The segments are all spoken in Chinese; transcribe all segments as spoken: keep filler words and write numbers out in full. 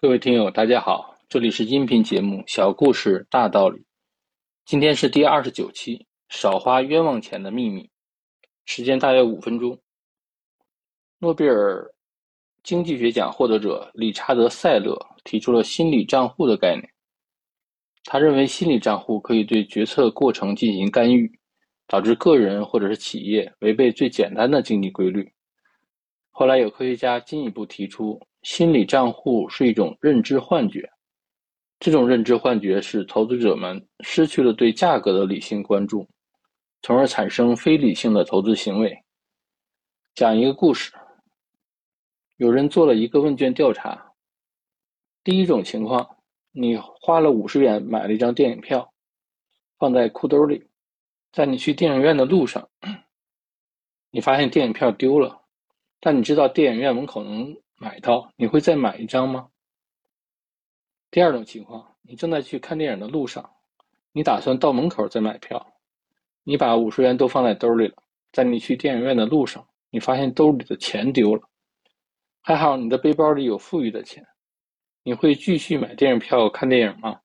位听友，大家好，这里是音频节目《小故事大道理》，今天是第二十九期，少花冤枉钱的秘密，时间大约五分钟。诺贝尔经济学奖获得者理查德·塞勒提出了心理账户的概念。他认为心理账户可以对决策过程进行干预，导致个人或者是企业违背最简单的经济规律。后来有科学家进一步提出，心理账户是一种认知幻觉，这种认知幻觉使投资者们失去了对价格的理性关注，从而产生非理性的投资行为。讲一个故事，有人做了一个问卷调查。第一种情况，你花了五十元买了一张电影票，放在裤兜里，在你去电影院的路上，你发现电影票丢了，但你知道电影院门口能买到，你会再买一张吗？第二种情况，你正在去看电影的路上，你打算到门口再买票，你把五十元都放在兜里了，在你去电影院的路上，你发现兜里的钱丢了，还好你的背包里有富裕的钱，你会继续买电影票看电影吗？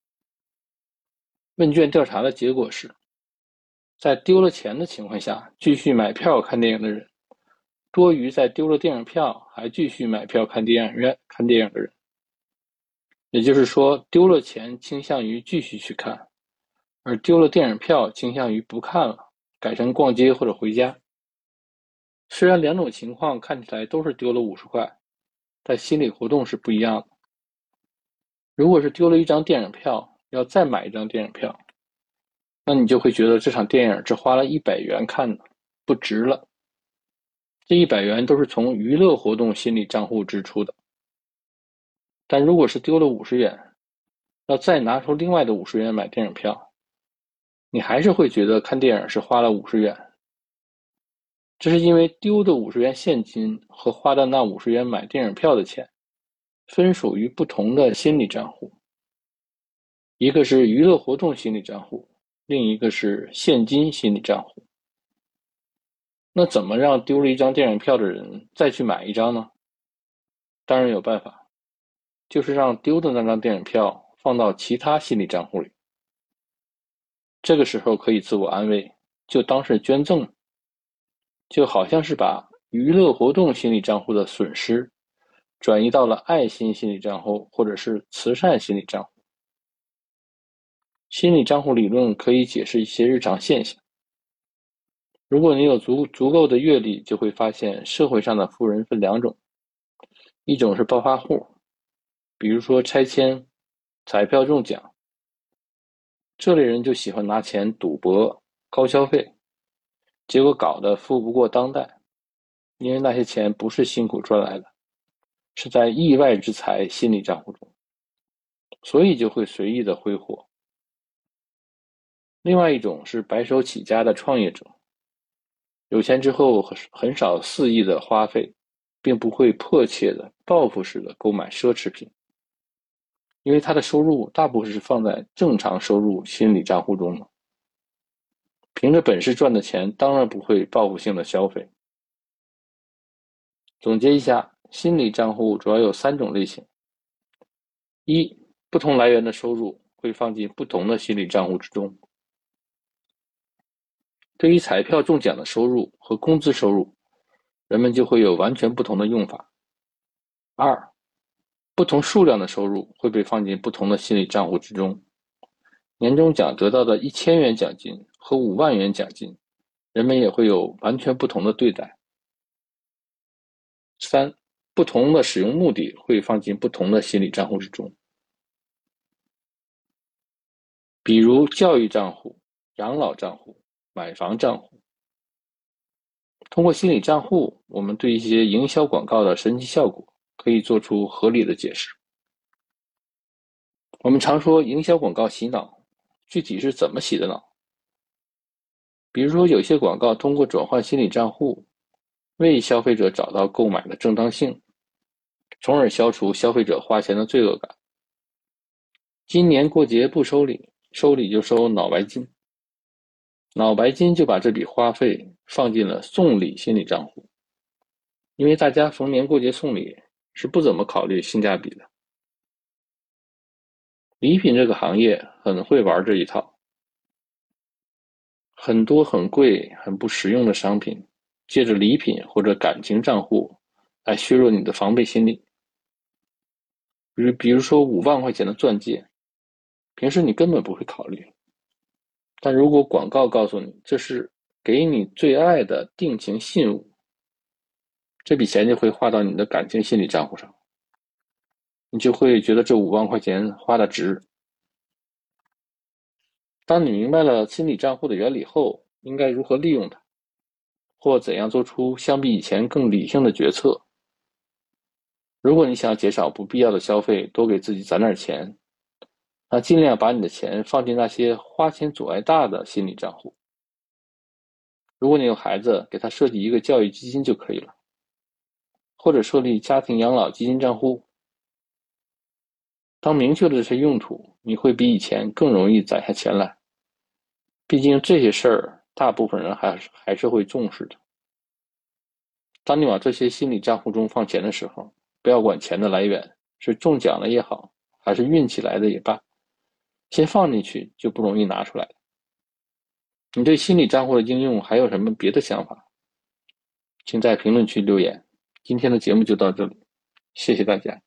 问卷调查的结果是，在丢了钱的情况下继续买票看电影的人，多于在丢了电影票还继续买票看电影院看电影的人。也就是说，丢了钱倾向于继续去看，而丢了电影票倾向于不看了，改成逛街或者回家。虽然两种情况看起来都是丢了五十块，但心理活动是不一样的。如果是丢了一张电影票，要再买一张电影票，那你就会觉得这场电影只花了一百元看的，不值了。这一百元都是从娱乐活动心理账户支出的。但如果是丢了五十元，要再拿出另外的五十元买电影票，你还是会觉得看电影是花了五十元。这是因为丢的五十元现金和花的那五十元买电影票的钱分属于不同的心理账户，一个是娱乐活动心理账户，另一个是现金心理账户。那怎么让丢了一张电影票的人再去买一张呢？当然有办法，就是让丢的那张电影票放到其他心理账户里。这个时候可以自我安慰，就当是捐赠，就好像是把娱乐活动心理账户的损失转移到了爱心心理账户或者是慈善心理账户。心理账户理论可以解释一些日常现象。如果你有足足够的阅历，就会发现社会上的富人分两种，一种是暴发户，比如说拆迁、彩票中奖，这类人就喜欢拿钱赌博、高消费，结果搞得富不过当代，因为那些钱不是辛苦赚来的，是在意外之财心理账户中，所以就会随意的挥霍。另外一种是白手起家的创业者，有钱之后很少肆意的花费，并不会迫切的报复式的购买奢侈品，因为他的收入大部分是放在正常收入心理账户中的，凭着本事赚的钱当然不会报复性的消费。总结一下，心理账户主要有三种类型：一、不同来源的收入会放进不同的心理账户之中。对于彩票中奖的收入和工资收入，人们就会有完全不同的用法。二、不同数量的收入会被放进不同的心理账户之中。年终奖得到的一千元奖金和五万元奖金，人们也会有完全不同的对待。三、不同的使用目的会放进不同的心理账户之中。比如教育账户、养老账户、买房账户。通过心理账户，我们对一些营销广告的神奇效果可以做出合理的解释。我们常说营销广告洗脑，具体是怎么洗的脑？比如说有些广告通过转换心理账户，为消费者找到购买的正当性，从而消除消费者花钱的罪恶感。今年过节不收礼，收礼就收脑白金。脑白金就把这笔花费放进了送礼心理账户，因为大家逢年过节送礼是不怎么考虑性价比的， 礼品这个行业很会玩这一套，很多很贵、很不实用的商品，借着礼品或者感情账户来削弱你的防备心理。比如，比如说五万块钱的钻戒，平时你根本不会考虑，但如果广告告诉你这是给你最爱的定情信物，这笔钱就会划到你的感情心理账户上，你就会觉得这五万块钱花的值。当你明白了心理账户的原理后，应该如何利用它，或怎样做出相比以前更理性的决策。如果你想减少不必要的消费，多给自己攒点钱，那尽量把你的钱放进那些花钱阻碍大的心理账户。如果你有孩子，给他设计一个教育基金就可以了，或者设立家庭养老基金账户。当明确了这些用途，你会比以前更容易攒下钱来。毕竟这些事儿，大部分人还是还是会重视的。当你往这些心理账户中放钱的时候，不要管钱的来源，是中奖了也好，还是运气来的也罢，先放进去就不容易拿出来。你对心理账户的应用还有什么别的想法？请在评论区留言。今天的节目就到这里，谢谢大家。